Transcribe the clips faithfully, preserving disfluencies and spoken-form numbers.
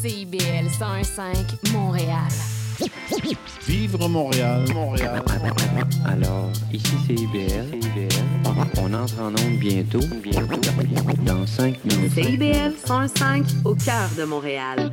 C I B L cent un virgule cinq, Montréal. Vivre Montréal, Montréal. Alors, ici c'est I B L. C I B L. On entre en onde bientôt, bientôt, dans cinq minutes. C I B L cent un virgule cinq, au cœur de Montréal.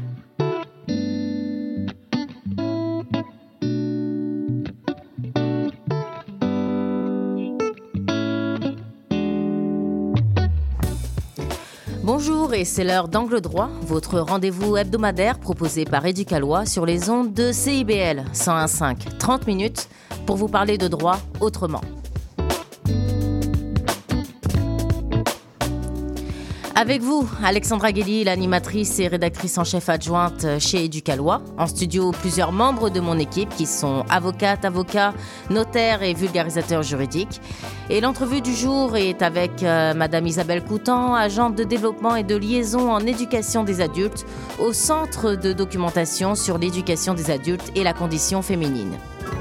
Bonjour et c'est l'heure d'Angle droit, votre rendez-vous hebdomadaire proposé par Éducalois sur les ondes de C I B L cent un virgule cinq. trente minutes pour vous parler de droit autrement. Avec vous, Alexandra Guély, l'animatrice et rédactrice en chef adjointe chez Éducalois. En studio, plusieurs membres de mon équipe qui sont avocates, avocats, notaires et vulgarisateurs juridiques. Et l'entrevue du jour est avec euh, Madame Isabelle Coutan, agente de développement et de liaison en éducation des adultes au Centre de documentation sur l'éducation des adultes et la condition féminine.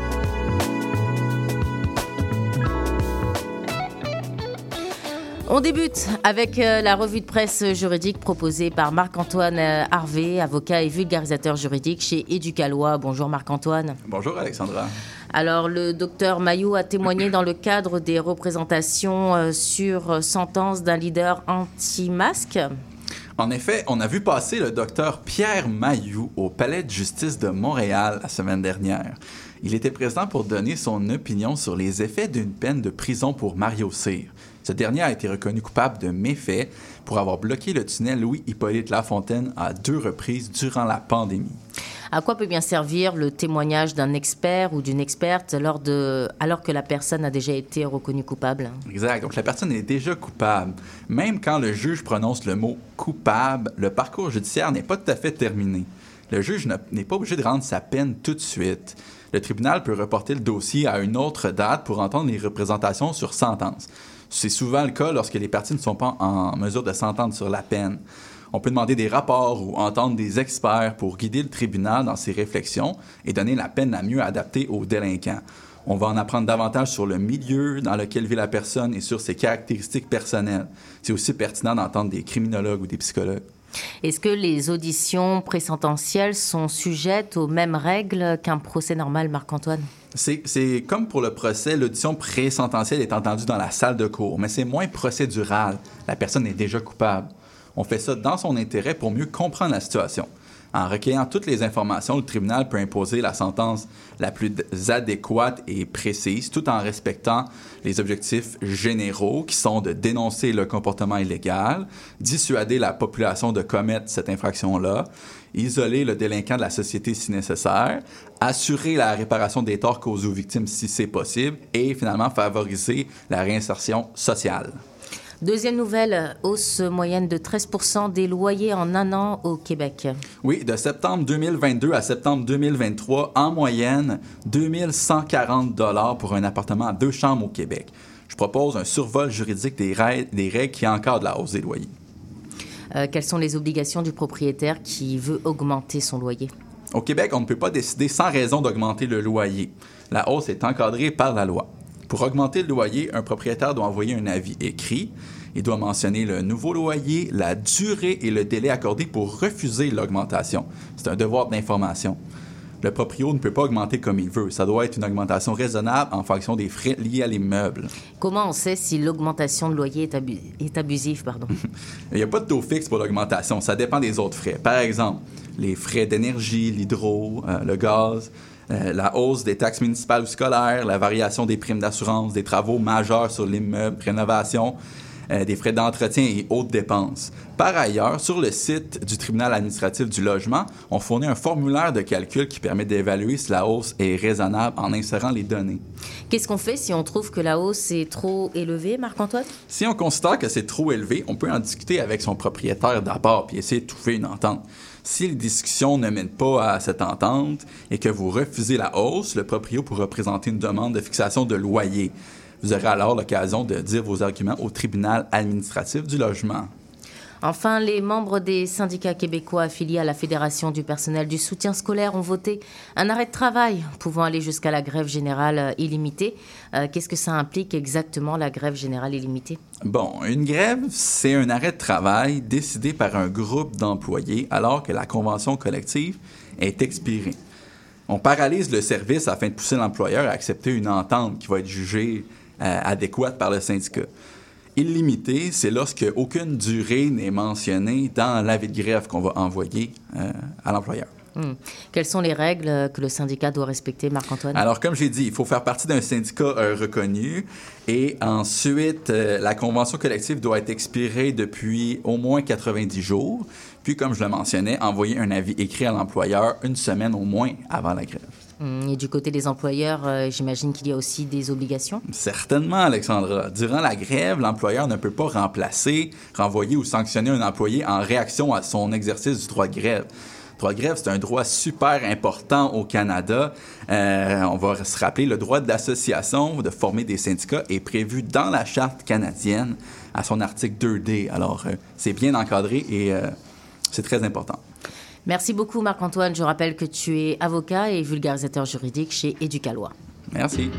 On débute avec la revue de presse juridique proposée par Marc-Antoine Harvey, avocat et vulgarisateur juridique chez Éducalois. Bonjour Marc-Antoine. Bonjour Alexandra. Alors, le docteur Mailloux a témoigné dans le cadre des représentations sur sentence d'un leader anti-masque. En effet, on a vu passer le docteur Pierre Mailloux au Palais de justice de Montréal la semaine dernière. Il était présent pour donner son opinion sur les effets d'une peine de prison pour Mario Cyr. Ce dernier a été reconnu coupable de méfaits pour avoir bloqué le tunnel Louis-Hippolyte Lafontaine à deux reprises durant la pandémie. À quoi peut bien servir le témoignage d'un expert ou d'une experte lors de... alors que la personne a déjà été reconnue coupable? Exact. Donc, la personne est déjà coupable. Même quand le juge prononce le mot « coupable », le parcours judiciaire n'est pas tout à fait terminé. Le juge n'est pas obligé de rendre sa peine tout de suite. Le tribunal peut reporter le dossier à une autre date pour entendre les représentations sur sentence. C'est souvent le cas lorsque les parties ne sont pas en mesure de s'entendre sur la peine. On peut demander des rapports ou entendre des experts pour guider le tribunal dans ses réflexions et donner la peine la mieux adaptée aux délinquants. On va en apprendre davantage sur le milieu dans lequel vit la personne et sur ses caractéristiques personnelles. C'est aussi pertinent d'entendre des criminologues ou des psychologues. Est-ce que les auditions présententielles sont sujettes aux mêmes règles qu'un procès normal, Marc-Antoine? C'est, c'est comme pour le procès, l'audition pré-sententielle est entendue dans la salle de cour, mais c'est moins procédural. La personne est déjà coupable. On fait ça dans son intérêt pour mieux comprendre la situation. En recueillant toutes les informations, le tribunal peut imposer la sentence la plus adéquate et précise, tout en respectant les objectifs généraux qui sont de dénoncer le comportement illégal, dissuader la population de commettre cette infraction-là, isoler le délinquant de la société si nécessaire, assurer la réparation des torts causés aux victimes si c'est possible et finalement favoriser la réinsertion sociale. Deuxième nouvelle, hausse moyenne de treize pour cent des loyers en un an au Québec. Oui, de septembre deux mille vingt-deux à septembre deux mille vingt-trois, en moyenne, deux mille cent quarante dollars pour un appartement à deux chambres au Québec. Je propose un survol juridique des règles, des règles qui encadrent la hausse des loyers. Euh, quelles sont les obligations du propriétaire qui veut augmenter son loyer? Au Québec, on ne peut pas décider sans raison d'augmenter le loyer. La hausse est encadrée par la loi. Pour augmenter le loyer, un propriétaire doit envoyer un avis écrit. Il doit mentionner le nouveau loyer, la durée et le délai accordé pour refuser l'augmentation. C'est un devoir d'information. Le proprio ne peut pas augmenter comme il veut. Ça doit être une augmentation raisonnable en fonction des frais liés à l'immeuble. Comment on sait si l'augmentation de loyer est, abu- est abusive, pardon? Il n'y a pas de taux fixe pour l'augmentation. Ça dépend des autres frais. Par exemple, les frais d'énergie, l'hydro, euh, le gaz, euh, la hausse des taxes municipales ou scolaires, la variation des primes d'assurance, des travaux majeurs sur l'immeuble, rénovation, euh, des frais d'entretien et autres dépenses. Par ailleurs, sur le site du tribunal administratif du logement, on fournit un formulaire de calcul qui permet d'évaluer si la hausse est raisonnable en insérant les données. Qu'est-ce qu'on fait si on trouve que la hausse est trop élevée, Marc-Antoine? Si on considère que c'est trop élevé, on peut en discuter avec son propriétaire d'abord puis essayer de trouver une entente. Si les discussions ne mènent pas à cette entente et que vous refusez la hausse, le proprio pourra présenter une demande de fixation de loyer. Vous aurez alors l'occasion de dire vos arguments au tribunal administratif du logement. Enfin, les membres des syndicats québécois affiliés à la Fédération du personnel du soutien scolaire ont voté un arrêt de travail pouvant aller jusqu'à la grève générale illimitée. Euh, qu'est-ce que ça implique exactement, la grève générale illimitée? Bon, une grève, c'est un arrêt de travail décidé par un groupe d'employés alors que la convention collective est expirée. On paralyse le service afin de pousser l'employeur à accepter une entente qui va être jugée euh, adéquate par le syndicat. Illimité, c'est lorsque aucune durée n'est mentionnée dans l'avis de grève qu'on va envoyer euh, à l'employeur. Hum. Quelles sont les règles que le syndicat doit respecter, Marc-Antoine? Alors, comme j'ai dit, il faut faire partie d'un syndicat euh, reconnu et ensuite, euh, la convention collective doit être expirée depuis au moins quatre-vingt-dix jours. Puis, comme je le mentionnais, envoyer un avis écrit à l'employeur une semaine au moins avant la grève. Et du côté des employeurs, euh, j'imagine qu'il y a aussi des obligations? Certainement, Alexandra. Durant la grève, l'employeur ne peut pas remplacer, renvoyer ou sanctionner un employé en réaction à son exercice du droit de grève. Le droit de grève, c'est un droit super important au Canada. Euh, on va se rappeler, le droit de l'association, de former des syndicats, est prévu dans la Charte canadienne à son article deux D. Alors, euh, c'est bien encadré et euh, c'est très important. Merci beaucoup, Marc-Antoine. Je rappelle que tu es avocat et vulgarisateur juridique chez Éducalois. Merci.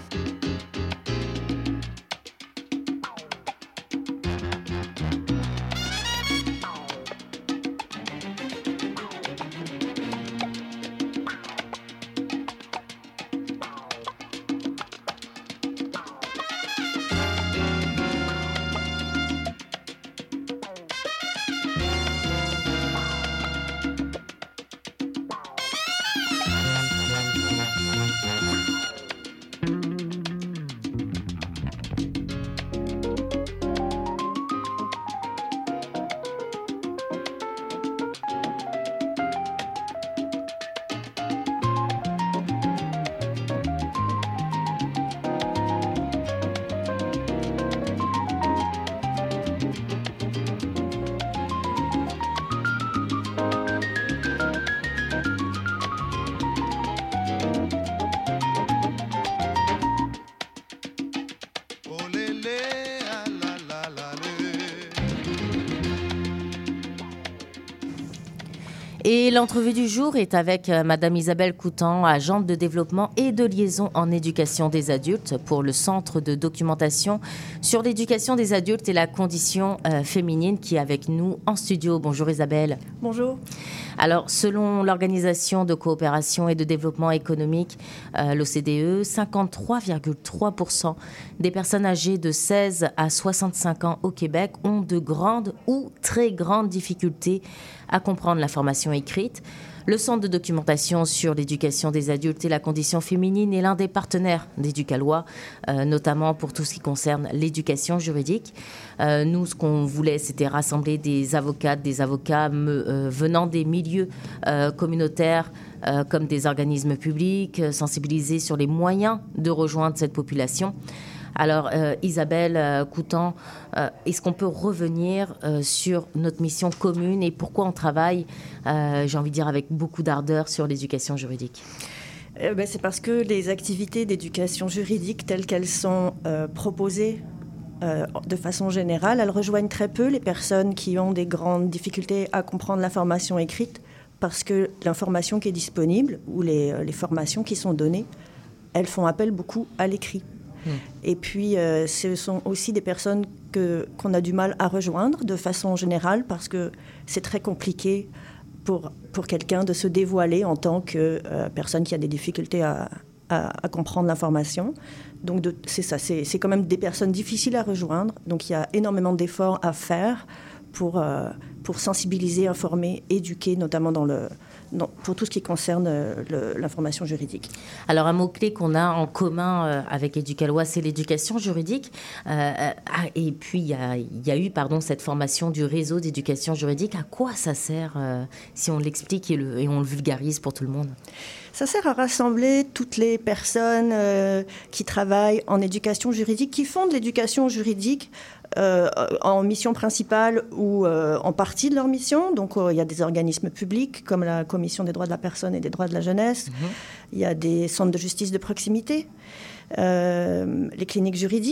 Et l'entrevue du jour est avec euh, Madame Isabelle Coutan, agente de développement et de liaison en éducation des adultes pour le Centre de documentation sur l'éducation des adultes et la condition euh, féminine, qui est avec nous en studio. Bonjour Isabelle. Bonjour. Alors, selon l'Organisation de coopération et de développement économique, euh, l'O C D E, cinquante-trois virgule trois pour cent des personnes âgées de seize à soixante-cinq ans au Québec ont de grandes ou très grandes difficultés à comprendre l'information écrite. Le Centre de documentation sur l'éducation des adultes et la condition féminine est l'un des partenaires d'Éducalois, euh, notamment pour tout ce qui concerne l'éducation juridique. Euh, nous, ce qu'on voulait, c'était rassembler des avocates, des avocats me, euh, venant des milieux euh, communautaires, euh, comme des organismes publics, euh, sensibiliser sur les moyens de rejoindre cette population. Alors, euh, Isabelle euh, Coutan, euh, est-ce qu'on peut revenir euh, sur notre mission commune et pourquoi on travaille, euh, j'ai envie de dire, avec beaucoup d'ardeur sur l'éducation juridique? Euh, ben, c'est parce que les activités d'éducation juridique telles qu'elles sont euh, proposées euh, de façon générale, elles rejoignent très peu les personnes qui ont des grandes difficultés à comprendre l'information écrite, parce que l'information qui est disponible ou les, les formations qui sont données, elles font appel beaucoup à l'écrit. Mmh. Et puis, euh, ce sont aussi des personnes que, qu'on a du mal à rejoindre de façon générale, parce que c'est très compliqué pour, pour quelqu'un de se dévoiler en tant que euh, personne qui a des difficultés à, à, à comprendre l'information. Donc, de, c'est ça, c'est, c'est quand même des personnes difficiles à rejoindre. Donc, il y a énormément d'efforts à faire pour, euh, pour sensibiliser, informer, éduquer, notamment dans le... Non, pour tout ce qui concerne euh, le, l'information juridique. Alors, un mot-clé qu'on a en commun euh, avec Éducalois, c'est l'éducation juridique. Euh, ah, et puis, il y a, y a eu pardon, cette formation du réseau d'éducation juridique. À quoi ça sert, euh, si on l'explique et, le, et on le vulgarise pour tout le monde? Ça sert à rassembler toutes les personnes euh, qui travaillent en éducation juridique, qui font de l'éducation juridique euh, en mission principale ou euh, en partie de leur mission. Donc, euh, il y a des organismes publics comme la Commission des droits de la personne et des droits de la jeunesse. Mmh. Il y a des centres de justice de proximité, euh, les cliniques juridiques,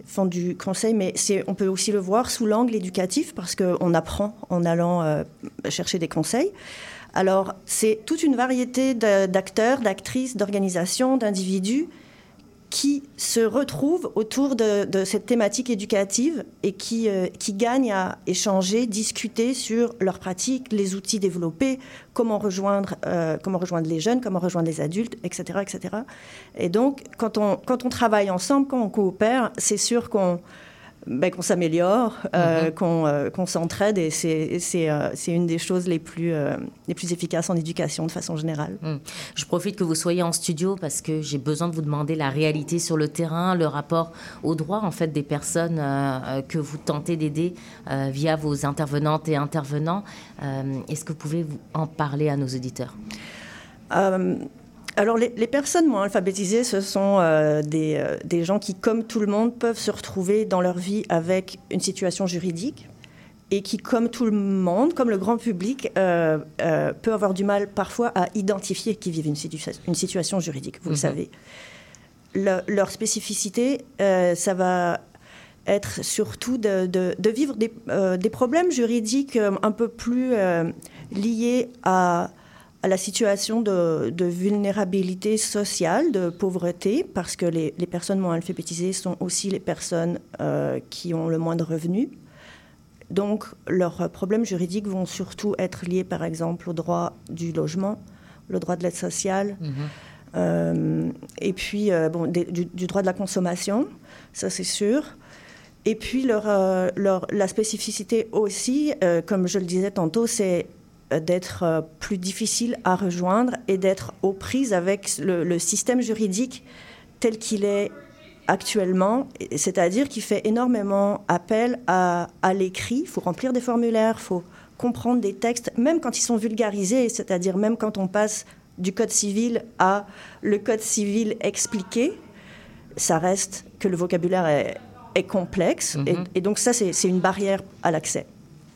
font du conseil, mais c'est, on peut aussi le voir sous l'angle éducatif parce qu'on apprend en allant euh, chercher des conseils. Alors, c'est toute une variété de, d'acteurs, d'actrices, d'organisations, d'individus qui se retrouvent autour de, de cette thématique éducative et qui, euh, qui gagnent à échanger, discuter sur leurs pratiques, les outils développés, comment rejoindre, euh, comment rejoindre les jeunes, comment rejoindre les adultes, et cetera, et cetera. Et donc, quand on, quand on travaille ensemble, quand on coopère, c'est sûr qu'on... Ben, qu'on s'améliore, euh, mm-hmm. qu'on, euh, qu'on s'entraide, et c'est, c'est, euh, c'est une des choses les plus, euh, les plus efficaces en éducation de façon générale. Mm. Je profite que vous soyez en studio parce que j'ai besoin de vous demander la réalité sur le terrain, le rapport aux droits en fait, des personnes euh, que vous tentez d'aider euh, via vos intervenantes et intervenants. Euh, est-ce que vous pouvez vous en parler à nos auditeurs ? euh, Alors, les, les personnes moins alphabétisées, ce sont euh, des, euh, des gens qui, comme tout le monde, peuvent se retrouver dans leur vie avec une situation juridique et qui, comme tout le monde, comme le grand public, euh, euh, peut avoir du mal parfois à identifier qu'ils vivent une, situa- une situation juridique, vous mm-hmm. le savez. Le, leur spécificité, euh, ça va être surtout de, de, de vivre des, euh, des problèmes juridiques euh, un peu plus euh, liés à... à la situation de, de vulnérabilité sociale, de pauvreté, parce que les, les personnes moins alphabétisées sont aussi les personnes euh, qui ont le moins de revenus. Donc, leurs problèmes juridiques vont surtout être liés, par exemple, au droit du logement, le droit de l'aide sociale, mmh. euh, et puis euh, bon, des, du, du droit de la consommation, ça c'est sûr. Et puis, leur, euh, leur, la spécificité aussi, euh, comme je le disais tantôt, c'est d'être plus difficile à rejoindre et d'être aux prises avec le, le système juridique tel qu'il est actuellement, c'est-à-dire qu'il fait énormément appel à, à l'écrit. Il faut remplir des formulaires, il faut comprendre des textes, même quand ils sont vulgarisés, c'est-à-dire même quand on passe du code civil à le code civil expliqué, ça reste que le vocabulaire est, est complexe. Mm-hmm. Et, et donc ça, c'est, c'est une barrière à l'accès.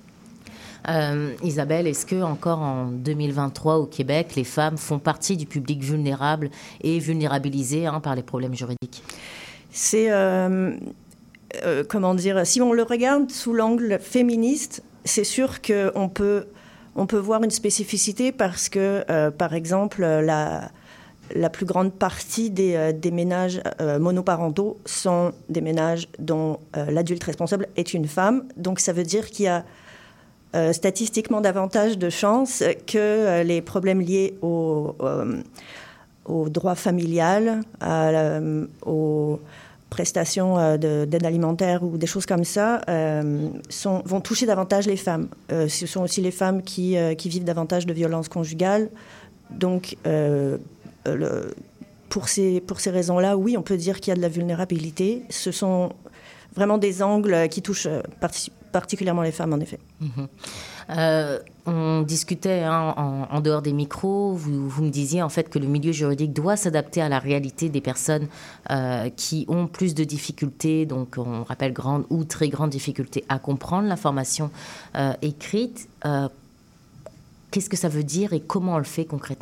Euh, Isabelle, est-ce que encore en deux mille vingt-trois au Québec, les femmes font partie du public vulnérable et vulnérabilisé hein, par les problèmes juridiques ? C'est, euh, euh, comment dire, si on le regarde sous l'angle féministe, c'est sûr qu'on peut, on peut voir une spécificité parce que, euh, par exemple, la, la plus grande partie des, euh, des ménages euh, monoparentaux sont des ménages dont euh, l'adulte responsable est une femme. Donc ça veut dire qu'il y a Euh, statistiquement davantage de chances que euh, les problèmes liés au, euh, au droit familial, à, euh, aux prestations euh, de, d'aide alimentaire ou des choses comme ça, euh, sont, vont toucher davantage les femmes. Euh, ce sont aussi les femmes qui, euh, qui vivent davantage de violences conjugales. Donc, euh, le, pour, ces, pour ces raisons-là, oui, on peut dire qu'il y a de la vulnérabilité. Ce sont vraiment des angles qui touchent participent particulièrement les femmes, en effet. Mmh. Euh, on discutait hein, en, en dehors des micros, vous, vous me disiez en fait que le milieu juridique doit s'adapter à la réalité des personnes euh, qui ont plus de difficultés, donc on rappelle grandes ou très grandes difficultés à comprendre l'information euh, écrite. Euh, qu'est-ce que ça veut dire et comment on le fait concrètement ?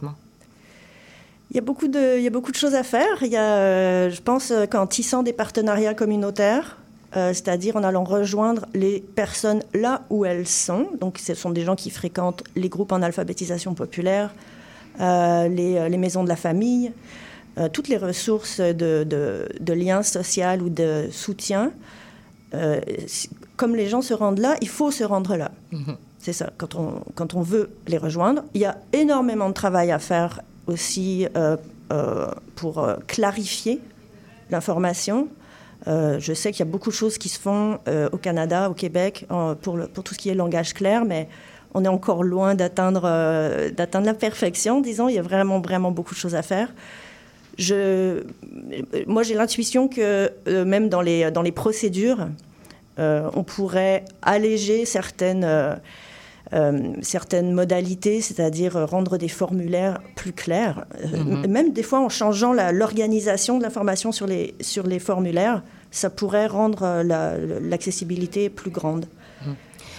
Il y a beaucoup de, il y a beaucoup de choses à faire. Il y a, euh, je pense, qu'en tissant des partenariats communautaires, Euh, c'est-à-dire en allant rejoindre les personnes là où elles sont. Donc, ce sont des gens qui fréquentent les groupes en alphabétisation populaire, euh, les, les maisons de la famille, euh, toutes les ressources de, de, de liens sociaux ou de soutien. Euh, comme les gens se rendent là, il faut se rendre là. Mmh. C'est ça, quand on, quand on veut les rejoindre. Il y a énormément de travail à faire aussi euh, euh, pour euh, clarifier l'information. Euh, je sais qu'il y a beaucoup de choses qui se font euh, au Canada, au Québec, euh, pour, le, pour tout ce qui est langage clair, mais on est encore loin d'atteindre, euh, d'atteindre la perfection, disons. Il y a vraiment, vraiment beaucoup de choses à faire. Je, moi, j'ai l'intuition que euh, même dans les, dans les procédures, euh, on pourrait alléger certaines, euh, euh, certaines modalités, c'est-à-dire rendre des formulaires plus clairs. Mm-hmm. Euh, même des fois, en changeant la, l'organisation de l'information sur les, sur les formulaires, ça pourrait rendre la, l'accessibilité plus grande. Mmh.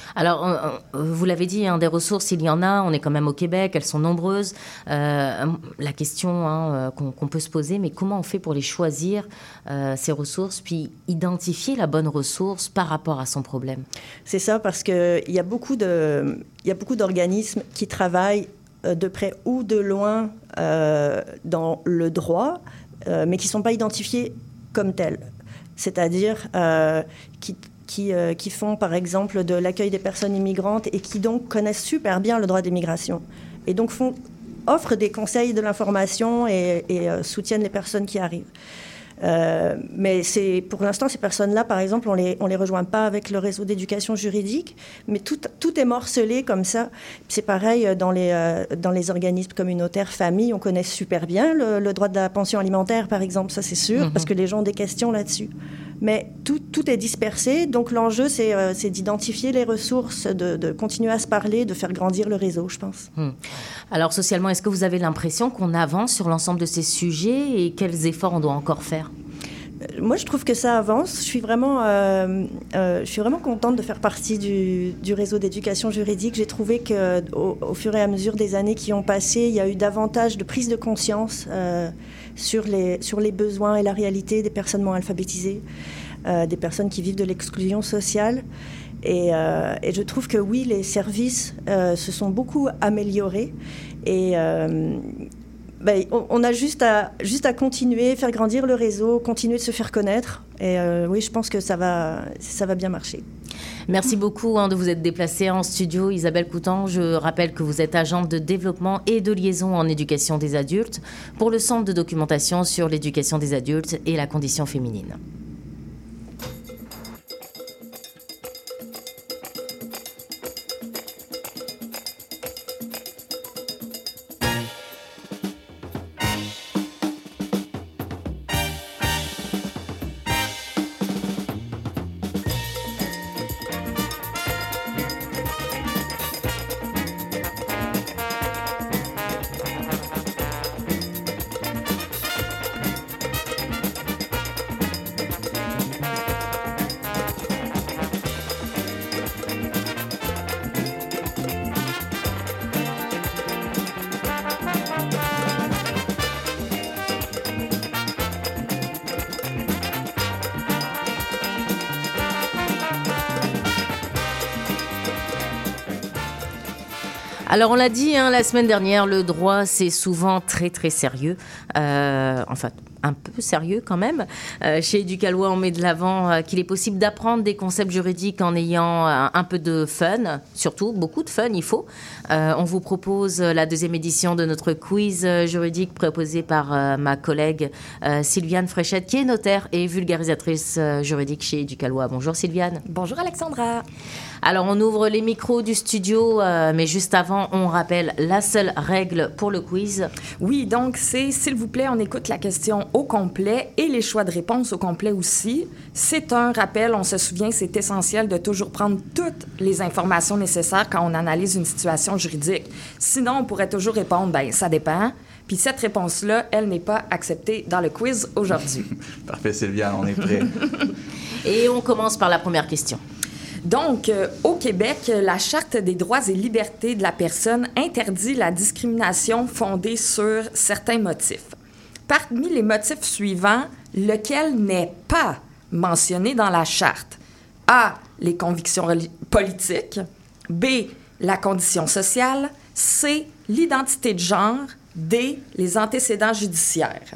Alors, euh, vous l'avez dit, hein, des ressources, il y en a. On est quand même au Québec, elles sont nombreuses. Euh, la question hein, qu'on, qu'on peut se poser, mais comment on fait pour les choisir, euh, ces ressources, puis identifier la bonne ressource par rapport à son problème? C'est ça, parce qu'il y a beaucoup de, il y a beaucoup d'organismes qui travaillent de près ou de loin euh, dans le droit, euh, mais qui ne sont pas identifiés comme tels. C'est-à-dire euh, qui Qui, euh, qui font, par exemple, de l'accueil des personnes immigrantes et qui, donc, connaissent super bien le droit d'immigration. Et donc, font, offrent des conseils, de l'information et, et euh, soutiennent les personnes qui arrivent. Euh, mais c'est, pour l'instant, ces personnes-là, par exemple, on les, on les rejoint pas avec le réseau d'éducation juridique, mais tout, tout est morcelé comme ça. C'est pareil dans les, euh, dans les organismes communautaires, familles, on connaît super bien le, le droit de la pension alimentaire, par exemple, ça c'est sûr, mm-hmm. parce que les gens ont des questions là-dessus. Mais tout, tout est dispersé, donc l'enjeu, c'est, euh, c'est d'identifier les ressources, de, de continuer à se parler, de faire grandir le réseau, je pense. Hum. Alors, socialement, est-ce que vous avez l'impression qu'on avance sur l'ensemble de ces sujets et quels efforts on doit encore faire? Moi, je trouve que ça avance. Je suis vraiment, euh, euh, je suis vraiment contente de faire partie du, du réseau d'éducation juridique. J'ai trouvé qu'au au fur et à mesure des années qui ont passé, il y a eu davantage de prise de conscience euh, sur, les, sur les besoins et la réalité des personnes non alphabétisées, euh, des personnes qui vivent de l'exclusion sociale. Et, euh, et je trouve que oui, les services euh, se sont beaucoup améliorés. Et... Euh, Ben, on a juste à, juste à continuer, faire grandir le réseau, continuer de se faire connaître. Et euh, oui, je pense que ça va, ça va bien marcher. Merci beaucoup hein, de vous être déplacée en studio, Isabelle Coutan. Je rappelle que vous êtes agente de développement et de liaison en éducation des adultes pour le Centre de documentation sur l'éducation des adultes et la condition féminine. Alors, on l'a dit hein, la semaine dernière, le droit, c'est souvent très, très sérieux. Euh, enfin, un peu sérieux quand même. Euh, chez Éducalois, on met de l'avant euh, qu'il est possible d'apprendre des concepts juridiques en ayant euh, un peu de fun, surtout beaucoup de fun, il faut. Euh, on vous propose la deuxième édition de notre quiz juridique proposé par euh, ma collègue euh, Sylviane Fréchette, qui est notaire et vulgarisatrice euh, juridique chez Éducalois. Bonjour Sylviane. Bonjour Alexandra. Alors, on ouvre les micros du studio, euh, mais juste avant, on rappelle la seule règle pour le quiz. Oui, donc c'est, s'il vous plaît, on écoute la question au complet et les choix de réponse au complet aussi. C'est un rappel, on se souvient, c'est essentiel de toujours prendre toutes les informations nécessaires quand on analyse une situation juridique. Sinon, on pourrait toujours répondre, bien, ça dépend. Puis cette réponse-là, elle n'est pas acceptée dans le quiz aujourd'hui. Parfait, Sylviane, on est prêt. Et on commence par la première question. Donc, euh, au Québec, la Charte des droits et libertés de la personne interdit la discrimination fondée sur certains motifs. Parmi les motifs suivants, lequel n'est pas mentionné dans la Charte? A. Les convictions reli- politiques. B. La condition sociale. C. L'identité de genre. D. Les antécédents judiciaires.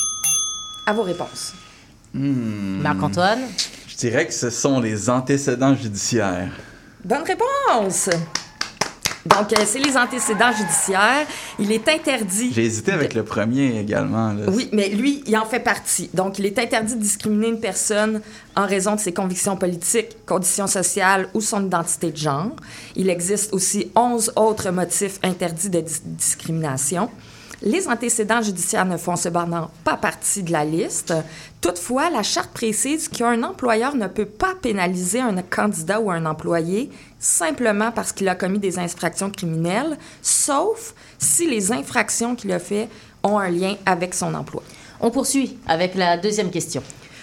À vos réponses. Hmm. Marc-Antoine? Je dirais que ce sont les antécédents judiciaires. Bonne réponse! Donc, euh, c'est les antécédents judiciaires. Il est interdit... J'ai hésité avec de... le premier également. Là. Oui, mais lui, il en fait partie. Donc, il est interdit de discriminer une personne en raison de ses convictions politiques, conditions sociales ou son identité de genre. Il existe aussi onze autres motifs interdits de dis- discrimination. Les antécédents judiciaires ne font cependant pas partie de la liste. Toutefois, la Charte précise qu'un employeur ne peut pas pénaliser un candidat ou un employé simplement parce qu'il a commis des infractions criminelles, sauf si les infractions qu'il a faites ont un lien avec son emploi. On poursuit avec la deuxième question.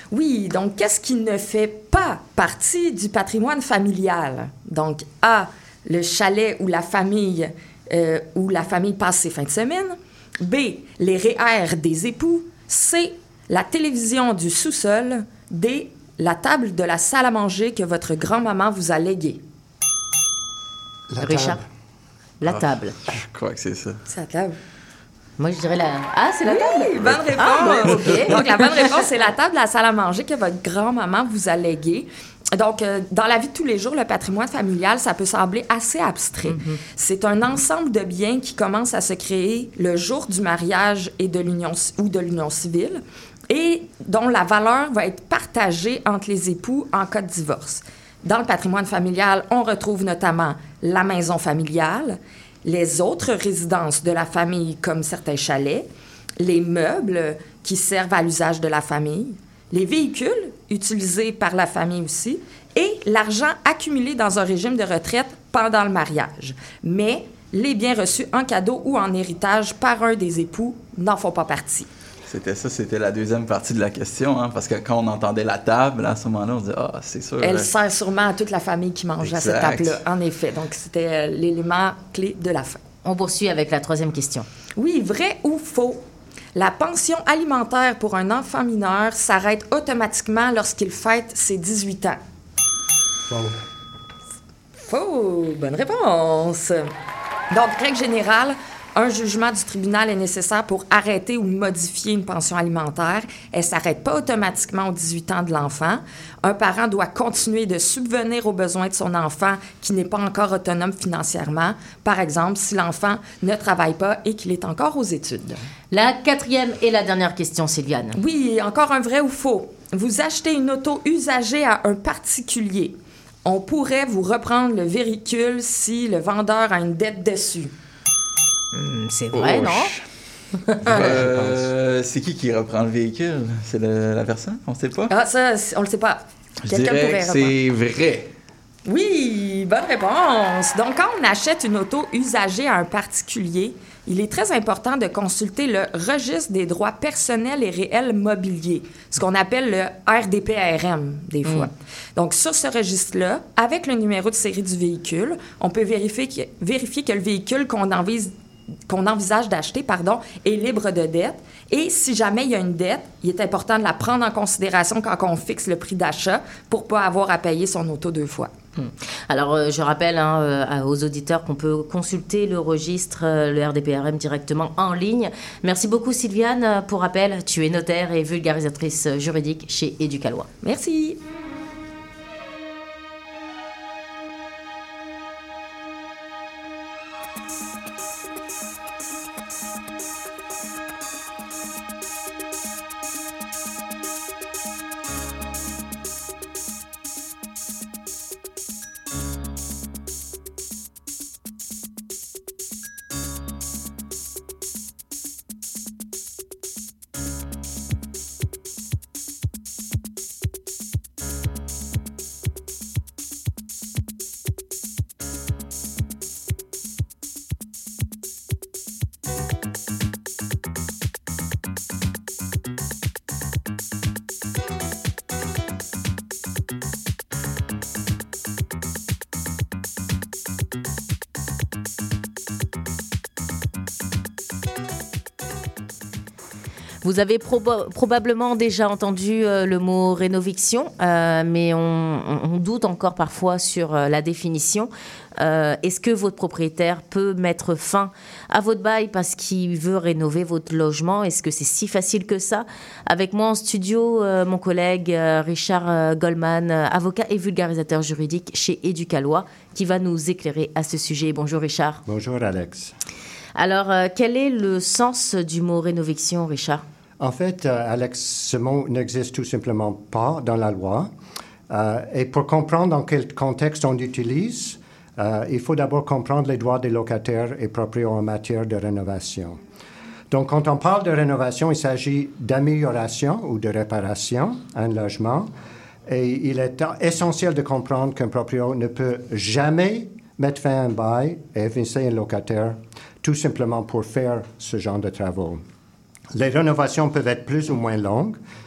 Oui, donc qu'est-ce qui ne fait pas partie du patrimoine familial? Donc, A, le chalet où la famille, euh, où la famille passe ses fins de semaine. B, les R E E R des époux. C, la télévision du sous-sol. D, la table de la salle à manger que votre grand-maman vous a léguée. La Richard? table. La Ah, table. Je crois que c'est ça. C'est la table. Moi, je dirais la... Ah, c'est la table? Oui, bonne réponse. Ah, bon, OK. Donc, la bonne réponse, c'est la table de la salle à manger que votre grand-maman vous a léguée. Donc, euh, dans la vie de tous les jours, le patrimoine familial, ça peut sembler assez abstrait. Mm-hmm. C'est un ensemble de biens qui commence à se créer le jour du mariage et de l'union ou de l'union civile et dont la valeur va être partagée entre les époux en cas de divorce. Dans le patrimoine familial, on retrouve notamment la maison familiale, les autres résidences de la famille comme certains chalets, les meubles qui servent à l'usage de la famille, les véhicules utilisés par la famille aussi, et l'argent accumulé dans un régime de retraite pendant le mariage. Mais les biens reçus en cadeau ou en héritage par un des époux n'en font pas partie. C'était ça, c'était la deuxième partie de la question, hein, parce que quand on entendait la table, à ce moment-là, on disait « Ah, c'est sûr. » Elle sert sûrement à toute la famille qui mange exact. À cette table-là, en effet. Donc, c'était euh, l'élément clé de la fin. On poursuit avec la troisième question. Oui, vrai ou faux? La pension alimentaire pour un enfant mineur s'arrête automatiquement lorsqu'il fête ses dix-huit ans. Faux. Faux! Bonne réponse! Donc, règle générale, un jugement du tribunal est nécessaire pour arrêter ou modifier une pension alimentaire. Elle ne s'arrête pas automatiquement aux dix-huit ans de l'enfant. Un parent doit continuer de subvenir aux besoins de son enfant qui n'est pas encore autonome financièrement. Par exemple, si l'enfant ne travaille pas et qu'il est encore aux études. La quatrième et la dernière question, Sylviane. Oui, encore un vrai ou faux. Vous achetez une auto usagée à un particulier. On pourrait vous reprendre le véhicule si le vendeur a une dette dessus. Hum, c'est vrai, Oh, non? Euh, c'est qui qui reprend le véhicule? C'est le- la personne? On ne sait pas? Ah, ça, on le sait pas. Je Quelqu'un dirais pourrait que répondre. c'est vrai. Oui, bonne réponse. Donc, quand on achète une auto usagée à un particulier, il est très important de consulter le registre des droits personnels et réels mobiliers, ce qu'on appelle le R D P R M, des fois. Mm. Donc, sur ce registre-là, avec le numéro de série du véhicule, on peut vérifier que, vérifier que le véhicule qu'on envise qu'on envisage d'acheter, pardon, est libre de dette. Et si jamais il y a une dette, il est important de la prendre en considération quand on fixe le prix d'achat pour ne pas avoir à payer son auto deux fois. Hum. Alors, euh, je rappelle hein, euh, aux auditeurs qu'on peut consulter le registre, euh, le R D P R M directement en ligne. Merci beaucoup, Sylviane. Pour rappel, tu es notaire et vulgarisatrice juridique chez Éducalois. Merci. Vous avez proba- probablement déjà entendu euh, le mot rénoviction, euh, mais on, on doute encore parfois sur euh, la définition. Euh, est-ce que votre propriétaire peut mettre fin à votre bail parce qu'il veut rénover votre logement? Est-ce que c'est si facile que ça? Avec moi en studio, euh, mon collègue euh, Richard euh, Goldman, euh, avocat et vulgarisateur juridique chez Éducalois, qui va nous éclairer à ce sujet. Bonjour Richard. Bonjour Alex. Alors, euh, quel est le sens du mot rénoviction, Richard? En fait, euh, Alex, ce mot n'existe tout simplement pas dans la loi. Euh, et pour comprendre dans quel contexte on l'utilise, euh, il faut d'abord comprendre les droits des locataires et propriétaires en matière de rénovation. Donc, quand on parle de rénovation, il s'agit d'amélioration ou de réparation à un logement. Et il est essentiel de comprendre qu'un propriétaire ne peut jamais mettre fin à un bail et évincer un locataire tout simplement pour faire ce genre de travaux. Les rénovations peuvent être plus ou moins longues,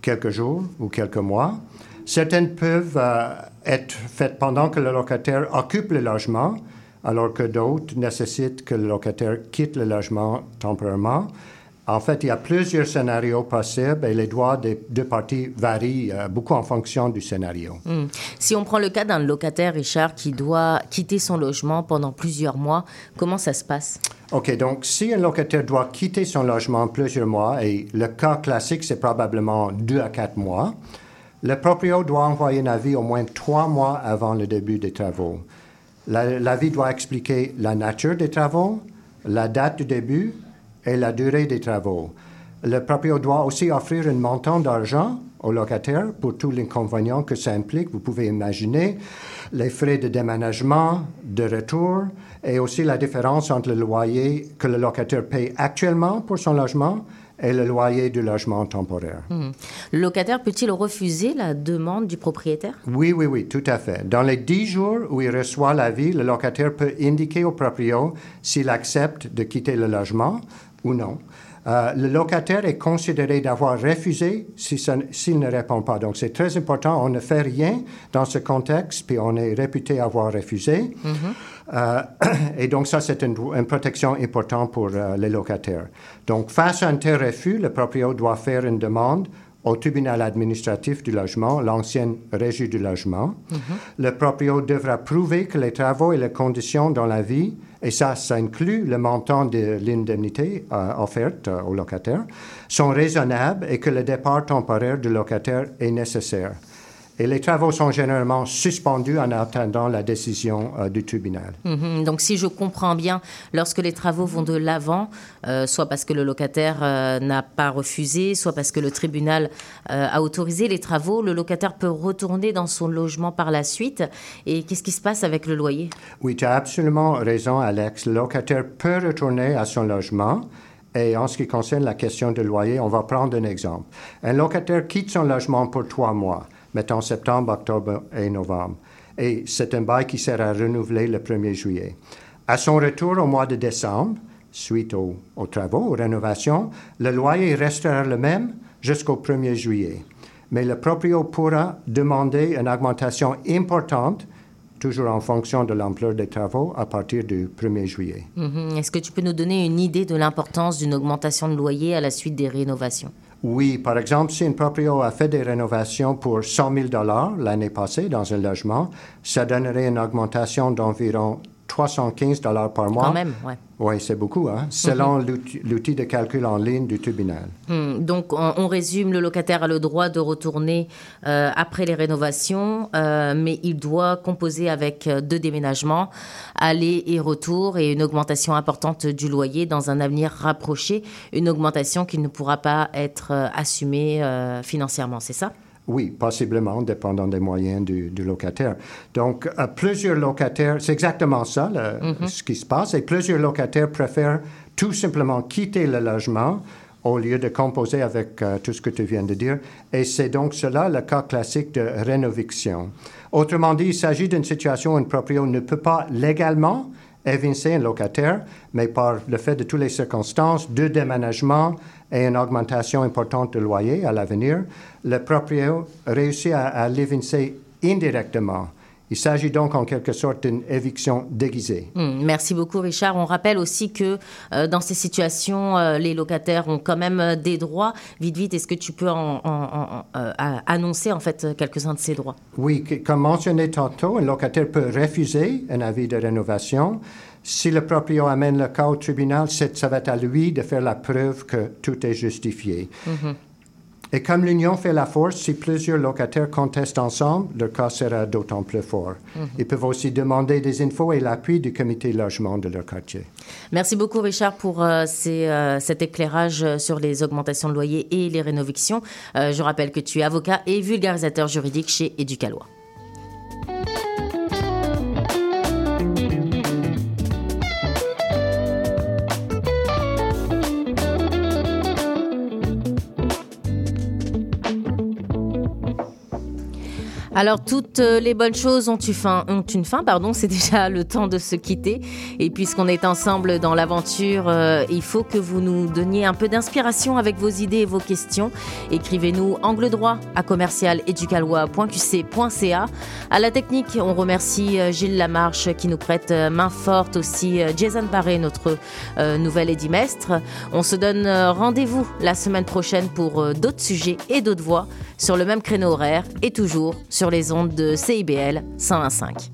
quelques jours ou quelques mois. Certaines peuvent euh, être faites pendant que le locataire occupe le logement, alors que d'autres nécessitent que le locataire quitte le logement temporairement. En fait, il y a plusieurs scénarios possibles et les droits des deux parties varient euh, beaucoup en fonction du scénario. Mmh. Si on prend le cas d'un locataire, Richard, qui doit quitter son logement pendant plusieurs mois, comment ça se passe? OK, donc si un locataire doit quitter son logement plusieurs mois, et le cas classique, c'est probablement deux à quatre mois, le proprio doit envoyer un avis au moins trois mois avant le début des travaux. La, l'avis doit expliquer la nature des travaux, la date du début et la durée des travaux. Le proprio doit aussi offrir un montant d'argent au locataire pour tous les inconvénients que ça implique. Vous pouvez imaginer les frais de déménagement, de retour, et aussi la différence entre le loyer que le locataire paye actuellement pour son logement et le loyer du logement temporaire. Mmh. Le locataire peut-il refuser la demande du propriétaire? Oui, oui, oui, tout à fait. Dans les dix jours où il reçoit l'avis, le locataire peut indiquer au proprio s'il accepte de quitter le logement ou non. Euh, le locataire est considéré d'avoir refusé si ça, s'il ne répond pas. Donc, c'est très important. On ne fait rien dans ce contexte, puis on est réputé avoir refusé. Mm-hmm. Euh, et donc, ça, c'est une, une protection importante pour euh, les locataires. Donc, face à un tel refus, le proprio doit faire une demande au tribunal administratif du logement, l'ancienne régie du logement. Mm-hmm. Le proprio devra prouver que les travaux et les conditions dans la vie, et ça, ça inclut le montant de l'indemnité euh, offerte euh, au locataire, sont raisonnables et que le départ temporaire du locataire est nécessaire. Et les travaux sont généralement suspendus en attendant la décision euh, du tribunal. Mmh, donc, si je comprends bien, lorsque les travaux vont de l'avant, euh, soit parce que le locataire euh, n'a pas refusé, soit parce que le tribunal euh, a autorisé les travaux, le locataire peut retourner dans son logement par la suite. Et qu'est-ce qui se passe avec le loyer? Oui, tu as absolument raison, Alex. Le locataire peut retourner à son logement. Et en ce qui concerne la question du loyer, on va prendre un exemple. Un locataire quitte son logement pour trois mois. Mettons septembre, octobre et novembre. Et c'est un bail qui sera renouvelé le premier juillet. À son retour au mois de décembre, suite aux, aux travaux, aux rénovations, le loyer restera le même jusqu'au premier juillet. Mais le proprio pourra demander une augmentation importante, toujours en fonction de l'ampleur des travaux, à partir du premier juillet. Mmh. Est-ce que tu peux nous donner une idée de l'importance d'une augmentation de loyer à la suite des rénovations? Oui, par exemple, si un proprio a fait des rénovations pour cent mille dollars l'année passée dans un logement, ça donnerait une augmentation d'environ trois cent quinze dollars par mois. Quand même, oui. Oui, c'est beaucoup, hein, selon mm-hmm. l'outil, l'outil de calcul en ligne du tribunal. Mm, donc, on, on résume, le locataire a le droit de retourner euh, après les rénovations, euh, mais il doit composer avec deux déménagements, aller et retour, et une augmentation importante du loyer dans un avenir rapproché, une augmentation qui ne pourra pas être euh, assumée euh, financièrement, c'est ça? Oui, possiblement, dépendant des moyens du, du locataire. Donc, euh, plusieurs locataires, c'est exactement ça le, mm-hmm. ce qui se passe, et plusieurs locataires préfèrent tout simplement quitter le logement au lieu de composer avec euh, tout ce que tu viens de dire, et c'est donc cela le cas classique de rénoviction. Autrement dit, il s'agit d'une situation où un proprio ne peut pas légalement évincer un locataire, mais par le fait de toutes les circonstances, deux déménagements et une augmentation importante de loyer à l'avenir, le proprio réussit à, à l'évincer indirectement. Il s'agit donc en quelque sorte d'une éviction déguisée. Mmh, merci beaucoup, Richard. On rappelle aussi que euh, dans ces situations, euh, les locataires ont quand même euh, des droits. Vite, vite, est-ce que tu peux en, en, en, euh, annoncer en fait quelques-uns de ces droits? Oui, comme mentionné tantôt, un locataire peut refuser un avis de rénovation. Si le proprio amène le cas au tribunal, ça va être à lui de faire la preuve que tout est justifié. Mm-hmm. Et comme l'union fait la force, si plusieurs locataires contestent ensemble, le cas sera d'autant plus fort. Mm-hmm. Ils peuvent aussi demander des infos et l'appui du comité logement de leur quartier. Merci beaucoup, Richard, pour euh, ces, euh, cet éclairage sur les augmentations de loyer et les rénovictions. Euh, je rappelle que tu es avocat et vulgarisateur juridique chez Éducalois. Alors, toutes les bonnes choses ont une fin, ont une fin pardon, c'est déjà le temps de se quitter. Et puisqu'on est ensemble dans l'aventure, euh, il faut que vous nous donniez un peu d'inspiration avec vos idées et vos questions. Écrivez-nous angle droit à commercial éducalois point q c point c a. À la technique, on remercie Gilles Lamarche qui nous prête main forte, aussi Jason Paré, notre euh, nouvel édimestre. On se donne rendez-vous la semaine prochaine pour euh, d'autres sujets et d'autres voix sur le même créneau horaire et toujours sur les ondes de C I B L cent un virgule cinq.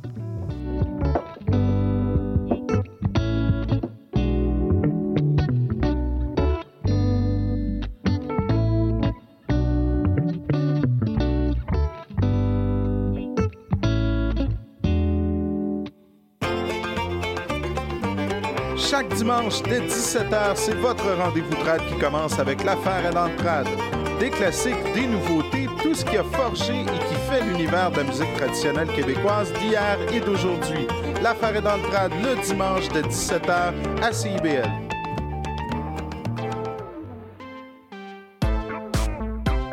Chaque dimanche dès dix-sept heures, c'est votre rendez-vous trad qui commence avec l'affaire dans le trad. Des classiques, des nouveautés, tout ce qui a forgé et qui fait l'univers de la musique traditionnelle québécoise d'hier et d'aujourd'hui. L'affaire est dans le trad le dimanche de dix-sept heures à C I B L.